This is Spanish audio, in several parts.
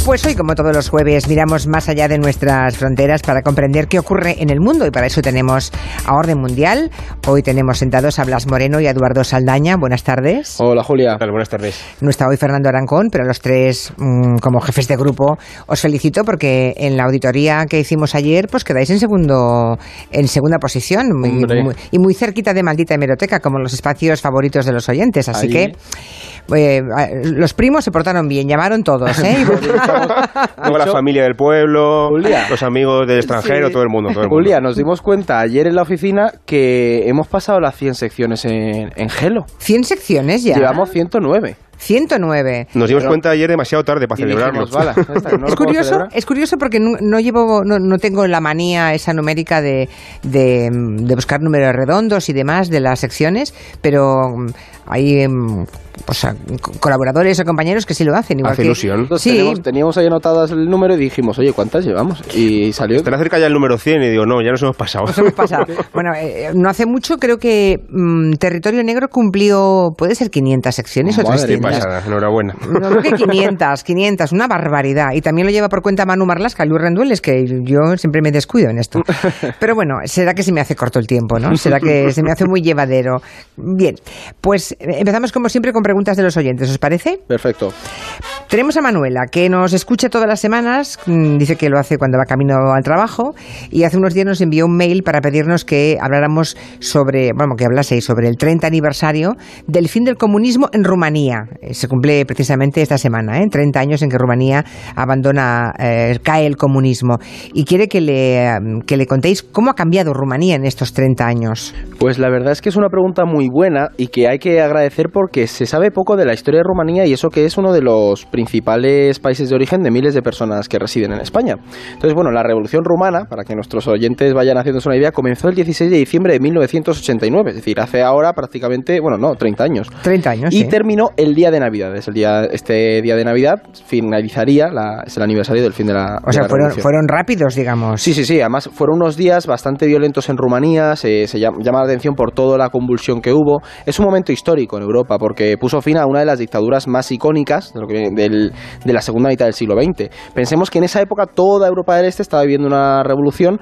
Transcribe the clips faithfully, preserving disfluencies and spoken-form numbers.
Pues hoy, como todos los jueves, miramos más allá de nuestras fronteras para comprender qué ocurre en el mundo, y para eso tenemos a Orden Mundial. Hoy tenemos sentados a Blas Moreno y a Eduardo Saldaña. Buenas tardes. Hola, Julia. Hola, buenas tardes. No está hoy Fernando Arancón, pero los tres, mmm, como jefes de grupo, os felicito porque en la auditoría que hicimos ayer, pues quedáis en segundo, en segunda posición, muy, muy, y muy cerquita de Maldita Hemeroteca, como los espacios favoritos de los oyentes. Así Ahí. que eh, los primos se portaron bien, llamaron todos, ¿eh? Luego la familia del pueblo, Julia. Los amigos del extranjero, sí. todo, el mundo, todo el mundo. Julia, nos dimos cuenta ayer en la oficina que hemos pasado las cien secciones en, en Gelo. ¿cien secciones ya? Llevamos ciento nueve. ciento nueve. Nos dimos Pero, cuenta ayer demasiado tarde para celebrarlo. Dijimos, vale, esta, ¿no es curioso, es curioso porque no, no llevo, no, no tengo la manía esa numérica de, de, de buscar números redondos y demás de las secciones, pero hay pues, colaboradores o compañeros que sí lo hacen. Igual Hace que, ilusión. Sí. Teníamos, teníamos ahí anotadas el número y dijimos, oye, ¿cuántas llevamos? Y salió. Estará cerca ya el número cien y digo, no, ya nos hemos pasado. Nos hemos pasado. Bueno, eh, no hace mucho creo que mmm, Territorio Negro cumplió, puede ser quinientas secciones o trescientas. Pasada, enhorabuena. No, creo que quinientas, quinientas, una barbaridad. Y también lo lleva por cuenta Manu Marlasca y Luis Rendueles, que yo siempre me descuido en esto. Pero bueno, será que se me hace corto el tiempo, ¿no? Será que se me hace muy llevadero. Bien, pues empezamos como siempre con preguntas de los oyentes, ¿os parece? Perfecto. Tenemos a Manuela, que nos escucha todas las semanas, dice que lo hace cuando va camino al trabajo, y hace unos días nos envió un mail para pedirnos que habláramos sobre, bueno, que hablaseis sobre el treinta aniversario del fin del comunismo en Rumanía. Se cumple precisamente esta semana, ¿eh? treinta años en que Rumanía abandona, eh, cae el comunismo, y quiere que le, que le contéis cómo ha cambiado Rumanía en estos treinta años. Pues la verdad es que es una pregunta muy buena y que hay que agradecer porque se sabe poco de la historia de Rumanía, y eso que es uno de los principales países de origen de miles de personas que residen en España. Entonces, bueno, la Revolución Rumana, para que nuestros oyentes vayan haciéndose una idea, comenzó el dieciséis de diciembre de mil novecientos ochenta y nueve, es decir, hace ahora prácticamente, bueno, no, treinta años. treinta años, Y sí. terminó el día de Navidad. Es el día, este día de Navidad finalizaría, la, es el aniversario del fin de la O sea, de la fueron, Revolución. fueron rápidos, digamos. Sí, sí, sí. Además, fueron unos días bastante violentos en Rumanía. Se, se llama, llama la atención por toda la convulsión que hubo. Es un momento histórico en Europa porque puso fin a una de las dictaduras más icónicas de, lo que, del, de la segunda mitad del siglo veinte. Pensemos que en esa época toda Europa del Este estaba viviendo una revolución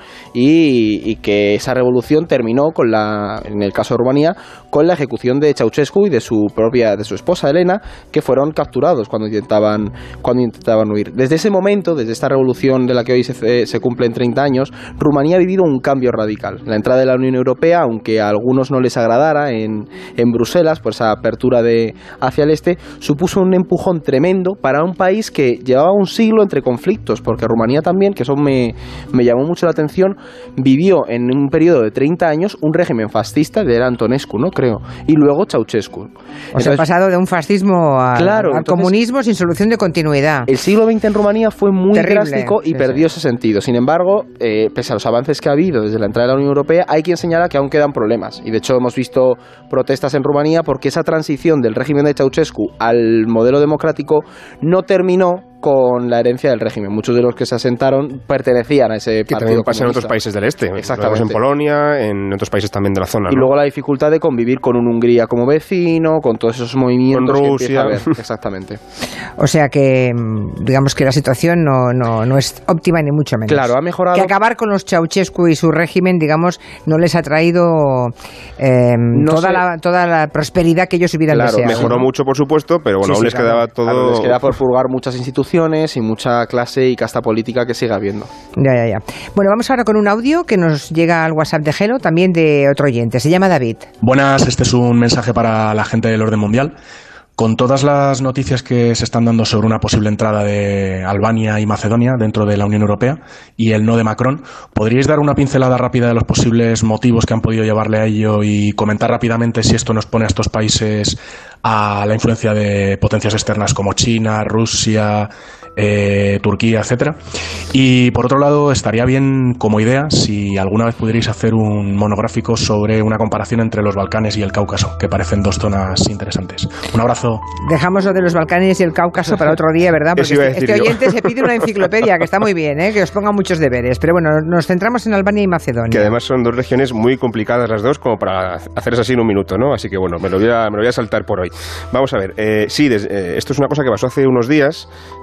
y, y que esa revolución terminó con la, en el caso de Rumanía, con la ejecución de Ceausescu y de su propia, de su esposa Elena, que fueron capturados cuando intentaban, cuando intentaban huir. Desde ese momento, desde esta revolución de la que hoy se, se cumplen treinta años, Rumanía ha vivido un cambio radical. La entrada de la Unión Europea, aunque a algunos no les agradara en, en Bruselas, por esa apertura de, hacia el este, supuso un empujón tremendo para un país que llevaba un siglo entre conflictos, porque Rumanía también, que eso me, me llamó mucho la atención, vivió en un periodo de treinta años un régimen fascista de Antonescu, ¿no? Creo, y luego Ceausescu. O Entonces, sea, ha pasado de un fascismo a, claro, al entonces, comunismo sin solución de continuidad. El siglo veinte en Rumanía fue muy Terrible, drástico y sí, perdió sí. ese sentido. Sin embargo, eh, pese a los avances que ha habido desde la entrada de la Unión Europea, hay quien señala que aún quedan problemas. Y de hecho hemos visto protestas en Rumanía porque esa transición del régimen de Ceausescu al modelo democrático no terminó con la herencia del régimen. Muchos de los que se asentaron pertenecían a ese que partido también pasa en comunista. otros países del este. Exactamente. En Polonia, en otros países también de la zona. Y ¿no? luego la dificultad de convivir con un Hungría como vecino, con todos esos movimientos con que Rusia. empieza a haber. Exactamente. O sea que, digamos que la situación no, no, no es óptima ni mucho menos. Claro, ha mejorado. Que acabar con los Ceausescu y su régimen, digamos, no les ha traído eh, no toda, sé. la, toda la prosperidad que ellos hubieran Claro, deseado. Mejoró ¿no? mucho, por supuesto, pero bueno, Sí, aún sí, les claro. quedaba todo... Claro, les queda por purgar muchas instituciones y mucha clase y casta política que sigue habiendo. Ya, ya, ya. Bueno, vamos ahora con un audio que nos llega al WhatsApp de Gelo, también de otro oyente. Se llama David. Buenas, este es un mensaje para la gente del orden mundial. Con todas las noticias que se están dando sobre una posible entrada de Albania y Macedonia dentro de la Unión Europea y el no de Macron, ¿podríais dar una pincelada rápida de los posibles motivos que han podido llevarle a ello y comentar rápidamente si esto nos pone a estos países a la influencia de potencias externas como China, Rusia, eh, Turquía, etcétera? Y por otro lado, estaría bien como idea si alguna vez pudierais hacer un monográfico sobre una comparación entre los Balcanes y el Cáucaso, que parecen dos zonas interesantes. Un abrazo. Dejamos lo de los Balcanes y el Cáucaso para otro día, ¿verdad? Porque este, este oyente se pide una enciclopedia, que está muy bien, ¿eh? Que os ponga muchos deberes. Pero bueno, nos centramos en Albania y Macedonia. Que además son dos regiones muy complicadas las dos, como para hacerlas así en un minuto, ¿no? Así que bueno, me lo voy a, me lo voy a saltar por hoy. Vamos a ver, eh, sí, des, eh, esto es una cosa que pasó hace unos días. Se estaba hablando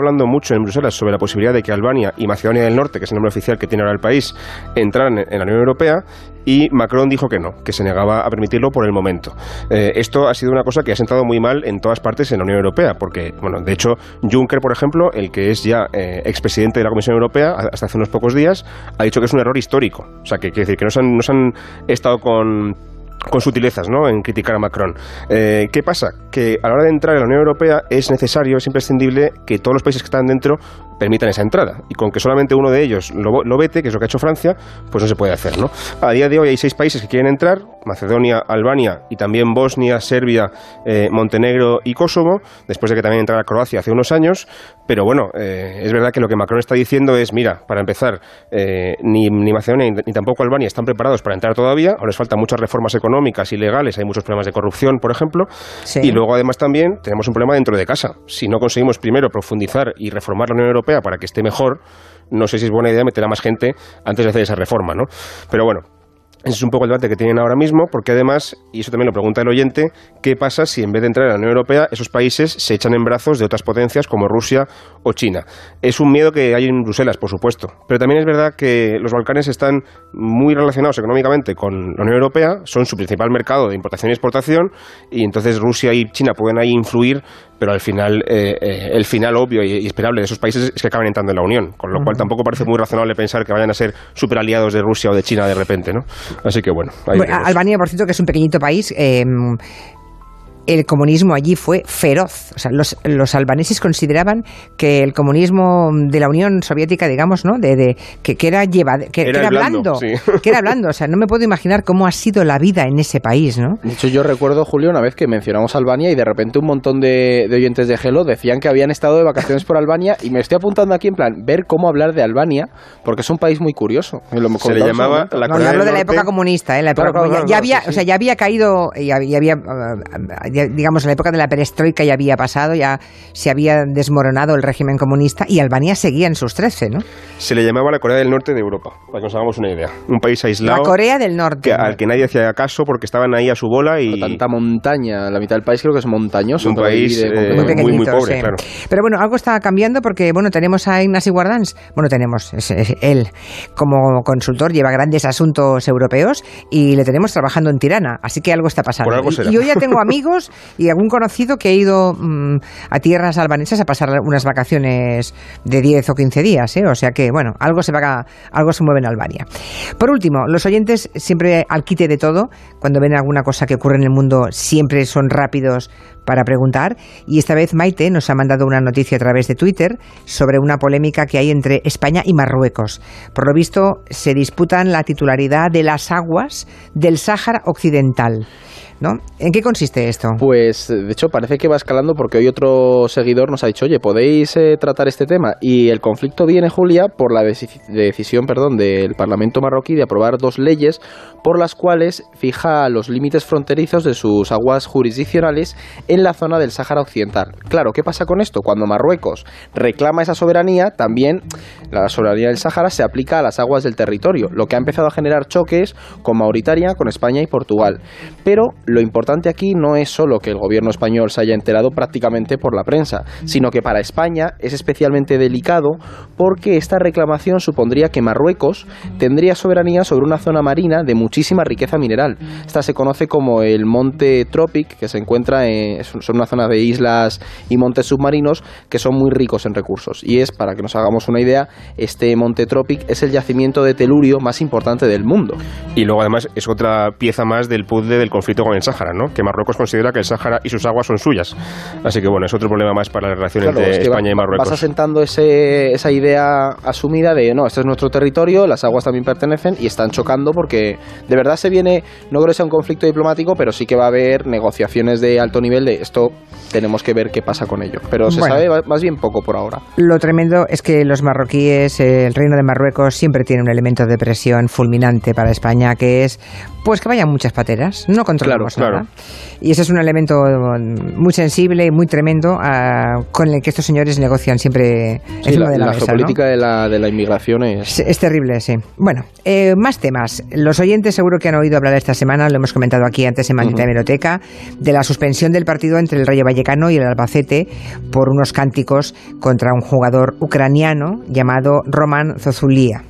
hablando mucho en Bruselas sobre la posibilidad de que Albania y Macedonia del Norte, que es el nombre oficial que tiene ahora el país, entraran en la Unión Europea, y Macron dijo que no, que se negaba a permitirlo por el momento. Eh, esto ha sido una cosa que ha sentado muy mal en todas partes en la Unión Europea, porque, bueno, de hecho, Juncker, por ejemplo, el que es ya eh, expresidente de la Comisión Europea, hasta hace unos pocos días, ha dicho que es un error histórico. O sea, que quiere decir que no se han, no se han estado con... con sutilezas, ¿no?, en criticar a Macron. Eh, ¿Qué pasa? Que a la hora de entrar en la Unión Europea es necesario, es imprescindible que todos los países que están dentro permitan esa entrada. Y con que solamente uno de ellos lo, lo vete, que es lo que ha hecho Francia, pues no se puede hacer, ¿no? A día de hoy hay seis países que quieren entrar: Macedonia, Albania y también Bosnia, Serbia, eh, Montenegro y Kosovo, después de que también entrara Croacia hace unos años. Pero bueno, eh, es verdad que lo que Macron está diciendo es, mira, para empezar, eh, ni, ni Macedonia ni, ni tampoco Albania están preparados para entrar todavía, aún les faltan muchas reformas económicas y legales, hay muchos problemas de corrupción, por ejemplo, sí. Y luego además también tenemos un problema dentro de casa. Si no conseguimos primero profundizar y reformar la Unión Europea para que esté mejor, no sé si es buena idea meter a más gente antes de hacer esa reforma, ¿no? Pero bueno, ese es un poco el debate que tienen ahora mismo, porque además, y eso también lo pregunta el oyente, ¿qué pasa si en vez de entrar en la Unión Europea esos países se echan en brazos de otras potencias como Rusia o China? Es un miedo que hay en Bruselas, por supuesto, pero también es verdad que los Balcanes están muy relacionados económicamente con la Unión Europea, son su principal mercado de importación y exportación, y entonces Rusia y China pueden ahí influir, pero al final, eh, eh, el final obvio y esperable de esos países es que acaben entrando en la Unión, con lo cual tampoco parece muy razonable pensar que vayan a ser superaliados de Rusia o de China de repente, ¿no? Así que bueno, ahí bueno, Albania, por cierto, que es un pequeñito país, eh, el comunismo allí fue feroz. O sea, los, los albaneses consideraban que el comunismo de la Unión Soviética, digamos, ¿no? De, de que, que era llevado, que era, que era blando, sí. que era blando. O sea, no me puedo imaginar cómo ha sido la vida en ese país, ¿no? De hecho, yo recuerdo, Julio, una vez que mencionamos Albania y de repente un montón de, de oyentes de Hello decían que habían estado de vacaciones por Albania, y me estoy apuntando aquí en plan ver cómo hablar de Albania, porque es un país muy curioso. Lo Se le llamaba la no, Corea hablo del de la época comunista, ¿eh? La época claro, claro, ya, claro, ya había, sí, sí. o sea, ya había caído, ya, ya había, ya, digamos, la época de la perestroika ya había pasado, ya se había desmoronado el régimen comunista, y Albania seguía en sus trece, ¿no? Se le llamaba la Corea del Norte de Europa, para que nos hagamos una idea. Un país aislado. La Corea del Norte. Que, al que nadie hacía caso porque estaban ahí a su bola y... Con tanta montaña, la mitad del país creo que es montañoso. Un país de, eh, muy, muy, muy pobre, sí. Claro. Pero bueno, algo está cambiando porque, bueno, tenemos a Ignasi Guardans, bueno, tenemos, es, es, él como consultor lleva grandes asuntos europeos y le tenemos trabajando en Tirana, así que algo está pasando. Por algo será. Y yo ya tengo amigos y algún conocido que ha ido mmm, a tierras albanesas a pasar unas vacaciones de diez o quince días, ¿eh? O sea que, bueno, algo se va a, algo se mueve en Albania. Por último, los oyentes siempre al quite de todo, cuando ven alguna cosa que ocurre en el mundo, siempre son rápidos para preguntar, y esta vez Maite nos ha mandado una noticia a través de Twitter sobre una polémica que hay entre España y Marruecos. Por lo visto, se disputan la titularidad de las aguas del Sáhara Occidental, ¿no? ¿En qué consiste esto? Pues, de hecho, parece que va escalando porque hoy otro seguidor nos ha dicho, oye, ¿podéis eh, tratar este tema? Y el conflicto viene, Julia, por la deci- decisión perdón, del Parlamento marroquí de aprobar dos leyes por las cuales fija los límites fronterizos de sus aguas jurisdiccionales en la zona del Sáhara Occidental. Claro, ¿qué pasa con esto? Cuando Marruecos reclama esa soberanía, también la soberanía del Sáhara se aplica a las aguas del territorio, lo que ha empezado a generar choques con Mauritania, con España y Portugal. Pero lo importante aquí no es solo que el gobierno español se haya enterado prácticamente por la prensa, sino que para España es especialmente delicado porque esta reclamación supondría que Marruecos tendría soberanía sobre una zona marina de muchísima riqueza mineral. Esta se conoce como el Monte Tropic, que se encuentra en son una zona de islas y montes submarinos que son muy ricos en recursos. Y es, para que nos hagamos una idea, este Monte Tropic es el yacimiento de telurio más importante del mundo. Y luego además es otra pieza más del puzzle del conflicto con el Sáhara, ¿no? Que Marruecos considera que el Sáhara y sus aguas son suyas. Así que bueno, es otro problema más para la relación claro, entre es que España va, y Marruecos. Vas asentando ese, esa idea asumida de, no, este es nuestro territorio, las aguas también pertenecen, y están chocando porque de verdad se viene, no creo que sea un conflicto diplomático, pero sí que va a haber negociaciones de alto nivel de esto, tenemos que ver qué pasa con ello. Pero se bueno, sabe más bien poco por ahora. Lo tremendo es que los marroquíes, el Reino de Marruecos, siempre tiene un elemento de presión fulminante para España, que es pues que vayan muchas pateras, no controlan sabemos claro. nada. Y ese es un elemento muy sensible y muy tremendo uh, con el que estos señores negocian siempre sí, encima la, de la, la mesa, geopolítica ¿no? de, la, de la inmigración es... es... Es terrible, sí. Bueno, eh, más temas. Los oyentes seguro que han oído hablar esta semana, lo hemos comentado aquí antes en Maldita uh-huh. Hemeroteca, de la suspensión del partido entre el Rayo Vallecano y el Albacete por unos cánticos contra un jugador ucraniano llamado Roman Zozulia.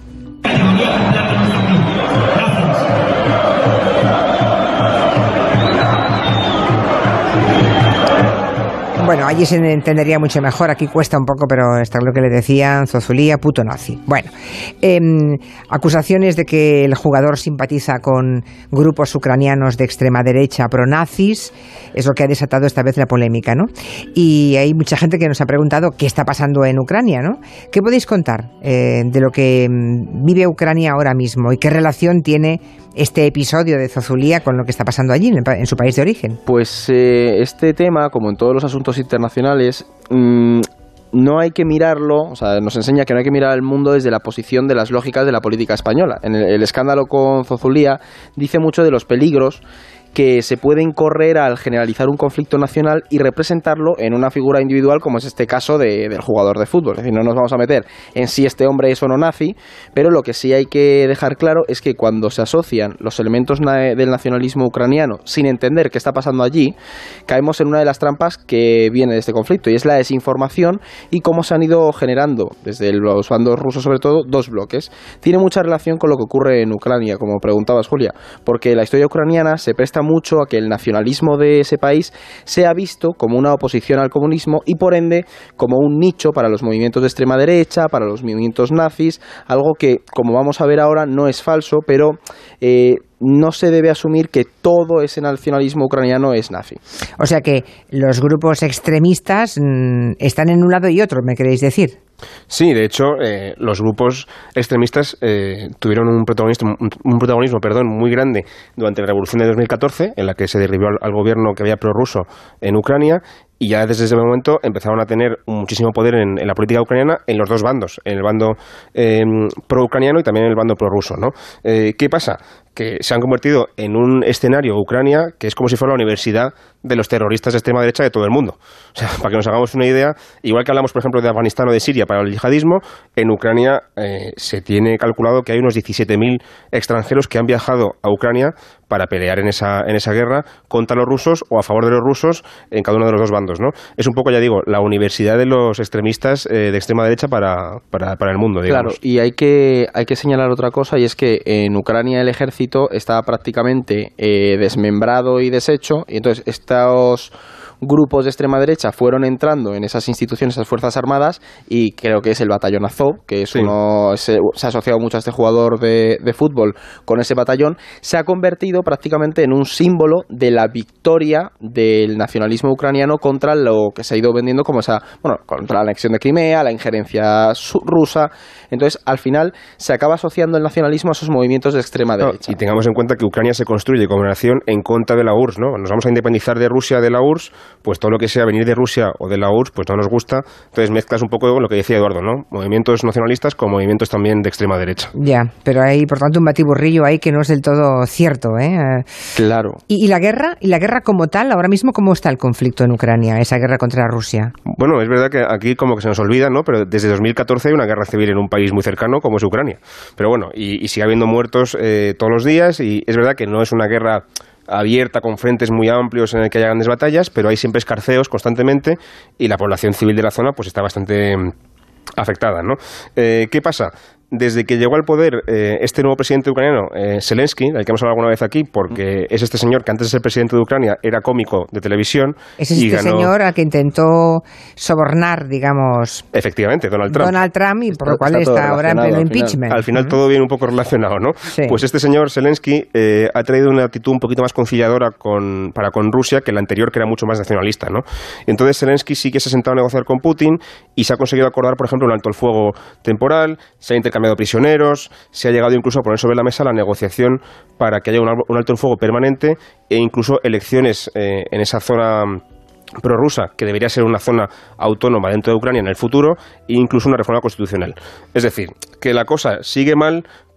Bueno, allí se entendería mucho mejor, aquí cuesta un poco, pero está lo que le decían, Zozulía, puto nazi. Bueno, eh, acusaciones de que el jugador simpatiza con grupos ucranianos de extrema derecha pronazis, es lo que ha desatado esta vez la polémica, ¿no? Y hay mucha gente que nos ha preguntado qué está pasando en Ucrania, ¿no? ¿Qué podéis contar eh, de lo que vive Ucrania ahora mismo y qué relación tiene este episodio de Zozulía con lo que está pasando allí, en, el, en su país de origen? Pues eh, este tema, como en todos los asuntos internacionales, mmm, no hay que mirarlo, o sea, nos enseña que no hay que mirar al mundo desde la posición de las lógicas de la política española. En el, el escándalo con Zozulía dice mucho de los peligros que se pueden correr al generalizar un conflicto nacional y representarlo en una figura individual, como es este caso de, del jugador de fútbol. Es decir, no nos vamos a meter en si este hombre es o no nazi, pero lo que sí hay que dejar claro es que cuando se asocian los elementos na- del nacionalismo ucraniano sin entender qué está pasando allí, caemos en una de las trampas que viene de este conflicto, y es la desinformación y cómo se han ido generando, desde los bandos rusos sobre todo, dos bloques. Tiene mucha relación con lo que ocurre en Ucrania, como preguntabas, Julia, porque la historia ucraniana se presta mucho a que el nacionalismo de ese país sea visto como una oposición al comunismo y por ende como un nicho para los movimientos de extrema derecha, para los movimientos nazis, algo que, como vamos a ver ahora, no es falso, pero eh, no se debe asumir que todo ese nacionalismo ucraniano es nazi. O sea que los grupos extremistas mmm, están en un lado y otro, ¿me queréis decir? Sí, de hecho, eh, los grupos extremistas eh, tuvieron un protagonismo, un, un protagonismo perdón, muy grande durante la Revolución de dos mil catorce, en la que se derribó al, al gobierno que había prorruso en Ucrania, y ya desde ese momento empezaron a tener muchísimo poder en, en la política ucraniana en los dos bandos, en el bando eh, pro-ucraniano y también en el bando prorruso, ¿no? Eh, ¿Qué pasa? Que se han convertido en un escenario Ucrania que es como si fuera la universidad de los terroristas de extrema derecha de todo el mundo. O sea, para que nos hagamos una idea, igual que hablamos, por ejemplo, de Afganistán o de Siria para el yihadismo, en Ucrania eh, se tiene calculado que hay unos diecisiete mil extranjeros que han viajado a Ucrania para pelear en esa, en esa guerra contra los rusos o a favor de los rusos en cada uno de los dos bandos, ¿no? Es un poco, ya digo, la universidad de los extremistas eh, de extrema derecha para, para, para el mundo, digamos. Claro, y hay que, hay que señalar otra cosa, y es que en Ucrania el ejército está prácticamente eh, desmembrado y deshecho, y entonces estos grupos de extrema derecha fueron entrando en esas instituciones, esas fuerzas armadas, y creo que es el batallón Azov, que es sí. uno se, se ha asociado mucho a este jugador de, de fútbol con ese batallón, se ha convertido prácticamente en un símbolo de la victoria del nacionalismo ucraniano contra lo que se ha ido vendiendo como esa, bueno, contra la anexión de Crimea, la injerencia rusa. Entonces, al final, se acaba asociando el nacionalismo a esos movimientos de extrema derecha. No, y tengamos en cuenta que Ucrania se construye como nación en contra de la U R S S, ¿no? Nos vamos a independizar de Rusia, de la U R S S, pues todo lo que sea venir de Rusia o de la U R S S, pues no nos gusta. Entonces mezclas un poco lo que decía Eduardo, ¿no? Movimientos nacionalistas con movimientos también de extrema derecha. Ya, pero hay, por tanto, un batiburrillo ahí que no es del todo cierto, ¿eh? Claro. ¿Y, y la guerra? ¿Y la guerra como tal? Ahora mismo, ¿cómo está el conflicto en Ucrania, esa guerra contra Rusia? Bueno, es verdad que aquí como que se nos olvida, ¿no? Pero desde dos mil catorce hay una guerra civil en un país muy cercano como es Ucrania. Pero bueno, y, y sigue habiendo muertos eh, todos los días, y es verdad que no es una guerra abierta con frentes muy amplios en el que haya grandes batallas, pero hay siempre escarceos constantemente y la población civil de la zona pues está bastante afectada, ¿no? Eh, ¿Qué pasa? Desde que llegó al poder eh, este nuevo presidente ucraniano, eh, Zelensky, del que hemos hablado alguna vez aquí, porque es este señor que antes de ser presidente de Ucrania era cómico de televisión. Es este y ganó... señor al que intentó sobornar, digamos... Efectivamente, Donald Trump. Donald Trump, y por está, lo cual está, está ahora en pleno al impeachment. Final, al final uh-huh. todo viene un poco relacionado, ¿no? Sí. Pues este señor Zelensky eh, ha traído una actitud un poquito más conciliadora con, para con Rusia que la anterior, que era mucho más nacionalista, ¿no? Entonces Zelensky sí que se ha sentado a negociar con Putin y se ha conseguido acordar, por ejemplo, un alto el fuego temporal, se ha intercambiado prisioneros, se ha llegado incluso a poner sobre la mesa la negociación para que haya un, un alto el fuego permanente e incluso elecciones eh, en esa zona prorrusa, que debería ser una zona autónoma dentro de Ucrania en el futuro, e incluso una reforma constitucional. Es decir, que la cosa sigue mal,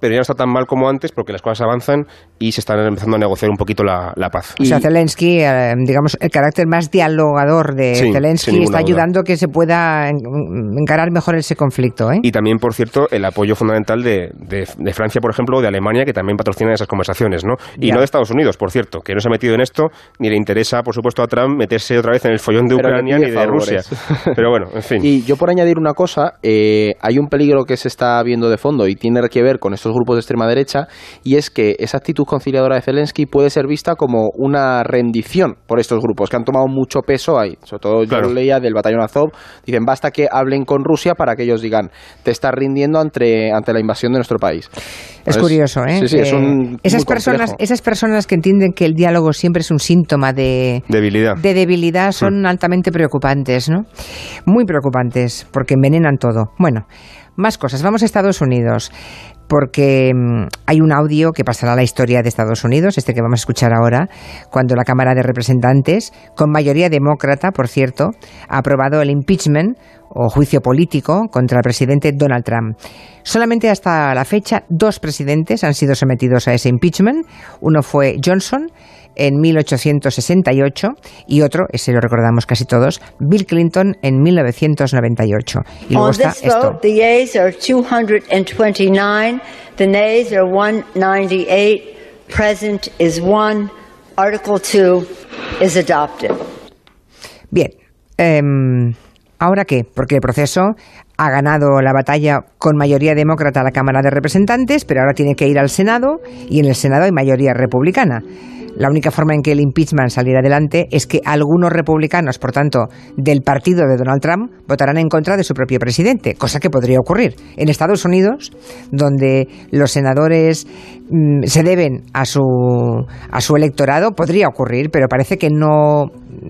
pero ya no está tan mal como antes porque las cosas avanzan y se están empezando a negociar un poquito la, la paz. O sea, Zelensky, eh, digamos, el carácter más dialogador de sí, Zelensky está ayudando a que se pueda encarar mejor ese conflicto, ¿eh? Y también, por cierto, el apoyo fundamental de, de, de Francia, por ejemplo, o de Alemania, que también patrocinan esas conversaciones, ¿no? Y ya. no de Estados Unidos, por cierto, que no se ha metido en esto, ni le interesa, por supuesto, a Trump meterse otra vez en el follón de Ucrania ni de favores. Rusia. Pero bueno, en fin. Y yo, por añadir una cosa, eh, hay un peligro que se está viendo de fondo y tiene que ver con estos grupos de extrema derecha, y es que esa actitud conciliadora de Zelensky puede ser vista como una rendición por estos grupos, que han tomado mucho peso ahí. Sobre todo claro. yo leía del batallón Azov, dicen, basta que hablen con Rusia para que ellos digan, te estás rindiendo ante, ante la invasión de nuestro país. Es Entonces, curioso, ¿eh? Sí, sí, es un, esas personas, esas personas que entienden que el diálogo siempre es un síntoma de debilidad, de debilidad son mm. altamente preocupantes, ¿no? Muy preocupantes, porque envenenan todo. Bueno, más cosas. Vamos a Estados Unidos, porque mmm, hay un audio que pasará a la historia de Estados Unidos, este que vamos a escuchar ahora, cuando la Cámara de Representantes, con mayoría demócrata, por cierto, ha aprobado el impeachment o juicio político contra el presidente Donald Trump. Solamente hasta la fecha, dos presidentes han sido sometidos a ese impeachment. Uno fue Johnson en mil ochocientos sesenta y ocho y otro, ese lo recordamos casi todos, Bill Clinton en mil novecientos noventa y ocho. Y luego está esto. The yeas are two hundred twenty-nine, the nays are one ninety-eight, present is one, Article two is adopted. Bien, eh, ¿ahora qué? Porque el proceso ha ganado la batalla con mayoría demócrata a la Cámara de Representantes, pero ahora tiene que ir al Senado y en el Senado hay mayoría republicana. La única forma en que el impeachment saliera adelante es que algunos republicanos, por tanto, del partido de Donald Trump, votarán en contra de su propio presidente, cosa que podría ocurrir. En Estados Unidos, donde los senadores mmm, se deben a su, a su electorado, podría ocurrir, pero parece que no,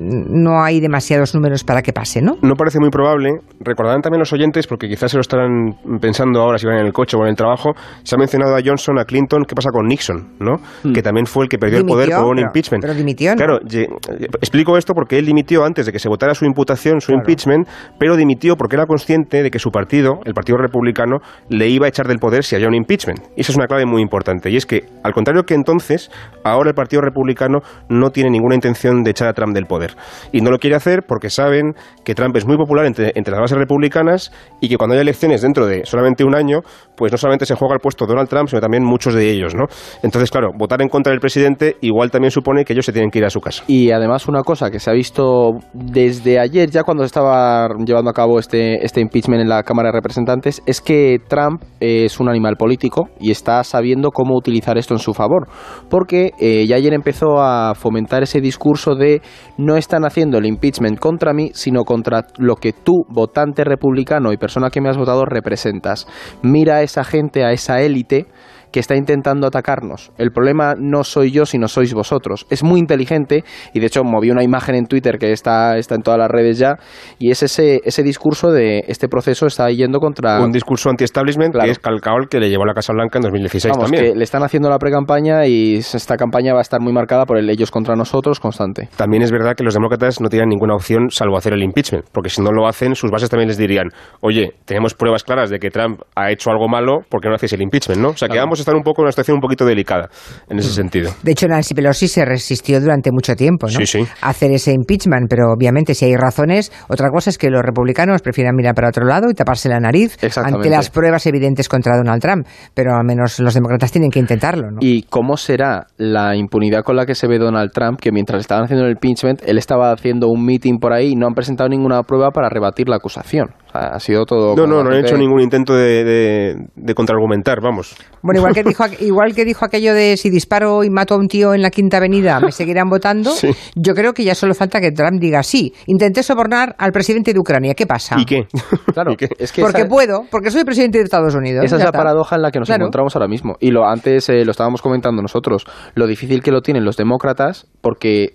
no hay demasiados números para que pase, ¿no? No parece muy probable. Recordarán también los oyentes, porque quizás se lo estarán pensando ahora si van en el coche o en el trabajo, se ha mencionado a Johnson, a Clinton, ¿qué pasa con Nixon? ¿no? Mm. Que también fue el que perdió Dimitió. el poder por un pero, impeachment. Pero dimitió, ¿no? Claro, ye, explico esto porque él dimitió antes de que se votara su imputación, su claro. impeachment, pero dimitió porque era consciente de que su partido, el Partido Republicano, le iba a echar del poder si había un impeachment. Y esa es una clave muy importante. Y es que, al contrario que entonces, ahora el Partido Republicano no tiene ninguna intención de echar a Trump del poder. Y no lo quiere hacer porque saben que Trump es muy popular entre, entre las bases republicanas y que cuando haya elecciones dentro de solamente un año, pues no solamente se juega el puesto Donald Trump, sino también muchos de ellos, ¿no? Entonces, claro, votar en contra del presidente igual también supone que ellos se tienen que ir a su casa. Y además una cosa que se ha visto desde ayer, ya cuando se estaba llevando a cabo este, este impeachment en la Cámara de Representantes, es que Trump es un animal político y está sabiendo cómo utilizar esto en su favor. Porque eh, ya ayer empezó a fomentar ese discurso de no están haciendo el impeachment contra mí, sino contra lo que tú, votante republicano y persona que me has votado, representas. Mira a esa gente, a esa élite que está intentando atacarnos. El problema no soy yo, sino sois vosotros. Es muy inteligente y de hecho moví una imagen en Twitter que está, está en todas las redes ya, y es ese, ese discurso de este proceso está yendo contra... Un discurso anti-establishment, claro, que es calcado el que le llevó a la Casa Blanca en dos mil dieciséis. Vamos, también. Que le están haciendo la pre-campaña y esta campaña va a estar muy marcada por el ellos contra nosotros constante. También es verdad que los demócratas no tienen ninguna opción salvo hacer el impeachment, porque si no lo hacen, sus bases también les dirían, oye, tenemos pruebas claras de que Trump ha hecho algo malo, ¿por qué no hacéis el impeachment? ¿no? O sea, claro, que ambos están un poco en una situación un poquito delicada en ese sentido. De hecho, Nancy Pelosi se resistió durante mucho tiempo, ¿no? Sí, sí. a hacer ese impeachment, pero obviamente si hay razones, otra cosa es que los republicanos prefieran mirar para otro lado y taparse la nariz ante las pruebas evidentes contra Donald Trump, pero al menos los demócratas tienen que intentarlo, ¿no? ¿Y cómo será la impunidad con la que se ve Donald Trump, que mientras estaban haciendo el impeachment, él estaba haciendo un meeting por ahí y no han presentado ninguna prueba para rebatir la acusación? O sea, ha sido todo... No, no, no han hecho ningún intento de, de, de contraargumentar, vamos. Bueno, igual que dijo igual que dijo aquello de si disparo y mato a un tío en la Quinta Avenida, ¿me seguirán votando? Sí. Yo creo que ya solo falta que Trump diga sí, intenté sobornar al presidente de Ucrania, ¿qué pasa? ¿Y qué? Claro, ¿Y qué? Es que porque esa, puedo, porque soy presidente de Estados Unidos. Esa es la está. paradoja en la que nos claro. encontramos ahora mismo. Y lo antes eh, lo estábamos comentando nosotros, lo difícil que lo tienen los demócratas porque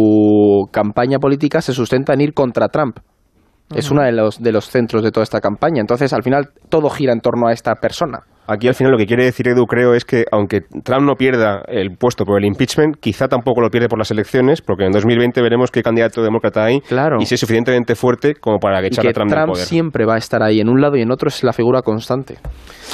su campaña política se sustenta en ir contra Trump. Es uno de los, de los centros de toda esta campaña. Entonces, al final, todo gira en torno a esta persona. Aquí, al final, lo que quiere decir Edu, creo, es que aunque Trump no pierda el puesto por el impeachment, quizá tampoco lo pierde por las elecciones, porque en dos mil veinte veremos qué candidato demócrata hay claro. y si es suficientemente fuerte como para echar a Trump del poder. Trump siempre va a estar ahí en un lado y en otro, es la figura constante.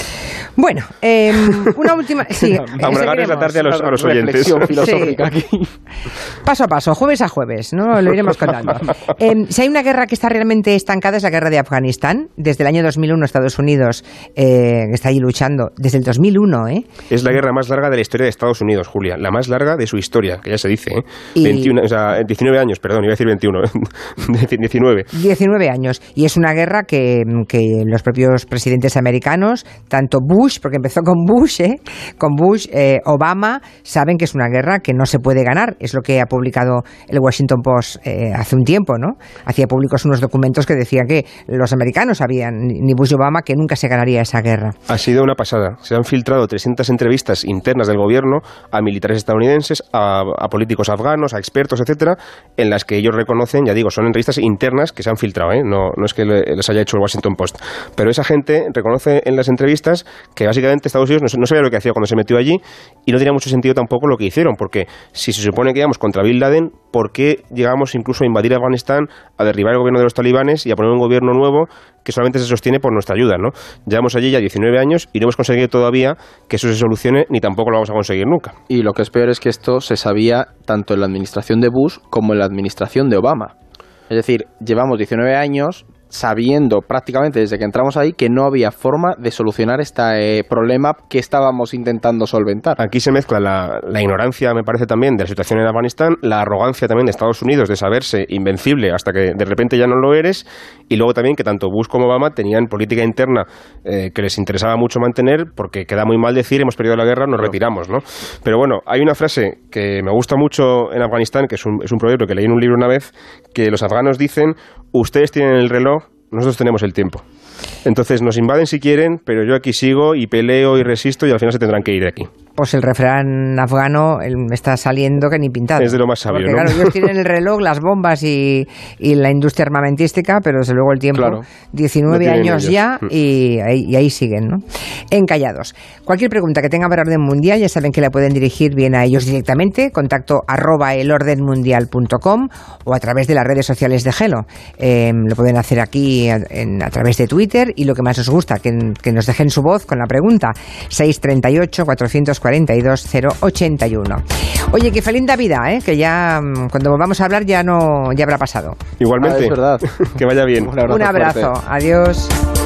Bueno, eh, una última... Sí, amargarles la tarde a los, a los oyentes. Filosófica sí. aquí. Paso a paso, jueves a jueves, ¿no? Lo iremos contando. Eh, si hay una guerra que está realmente estancada es la guerra de Afganistán. Desde el año dos mil uno Estados Unidos eh, está ahí luchando. Desde el dos mil uno, ¿eh? Es la guerra más larga de la historia de Estados Unidos, Julia. La más larga de su historia, que ya se dice, ¿eh? Y... veintiuno, o sea, diecinueve años, perdón, iba a decir veintiuno. diecinueve. diecinueve años. Y es una guerra que, que los propios presidentes americanos, tanto Bush, porque empezó con Bush, ¿eh? con Bush, eh, Obama, saben que es una guerra que no se puede ganar. Es lo que ha publicado el Washington Post eh, hace un tiempo, ¿no? Hacía públicos unos documentos que decían que los americanos sabían, ni Bush ni Obama, que nunca se ganaría esa guerra. Ha sido una pasada. Se han filtrado trescientas entrevistas internas del gobierno a militares estadounidenses, a, a políticos afganos, a expertos, etcétera, en las que ellos reconocen, ya digo, son entrevistas internas que se han filtrado, ¿eh? No, no es que les haya hecho el Washington Post. Pero esa gente reconoce en las entrevistas que básicamente Estados Unidos no, no sabía lo que hacía cuando se metió allí y no tenía mucho sentido tampoco lo que hicieron, porque si se supone que íbamos contra Bin Laden, ¿por qué llegamos incluso a invadir Afganistán, a derribar el gobierno de los talibanes y a poner un gobierno nuevo que solamente se sostiene por nuestra ayuda, ¿no? Llevamos allí ya diecinueve años y no hemos conseguido todavía que eso se solucione, ni tampoco lo vamos a conseguir nunca. Y lo que es peor es que esto se sabía tanto en la administración de Bush como en la administración de Obama. Es decir, llevamos diecinueve años sabiendo prácticamente desde que entramos ahí que no había forma de solucionar este eh, problema que estábamos intentando solventar. Aquí se mezcla la, la ignorancia, me parece también, de la situación en Afganistán, la arrogancia también de Estados Unidos de saberse invencible hasta que de repente ya no lo eres, y luego también que tanto Bush como Obama tenían política interna eh, que les interesaba mucho mantener, porque queda muy mal decir hemos perdido la guerra, nos retiramos, ¿no? Pero bueno, hay una frase que me gusta mucho en Afganistán, que es un, es un proverbio que leí en un libro una vez, que los afganos dicen: ustedes tienen el reloj, nosotros tenemos el tiempo. Entonces nos invaden si quieren, pero yo aquí sigo y peleo y resisto y al final se tendrán que ir de aquí. Pues el refrán afgano me está saliendo que ni pintado. Es de lo más sabio, porque, ¿no? Claro, ellos tienen el reloj, las bombas y, y la industria armamentística, pero desde luego el tiempo, claro, diecinueve años ellos. ya y ahí, y ahí siguen, ¿no? Encallados. Cualquier pregunta que tengan para Orden Mundial ya saben que la pueden dirigir bien a ellos directamente, contacto arroba elordenmundial punto com o a través de las redes sociales de Gelo. Eh, lo pueden hacer aquí a, en, a través de Twitter y lo que más os gusta, que, que nos dejen su voz con la pregunta seis treinta y ocho, cuatrocientos cuarenta y dos, cero ochenta y uno. Oye, que feliz Navidad, ¿eh? Que ya cuando volvamos a hablar ya no ya habrá pasado. Igualmente. Ah, es verdad. Que vaya bien. Un abrazo. Un abrazo. Fuerte. Adiós.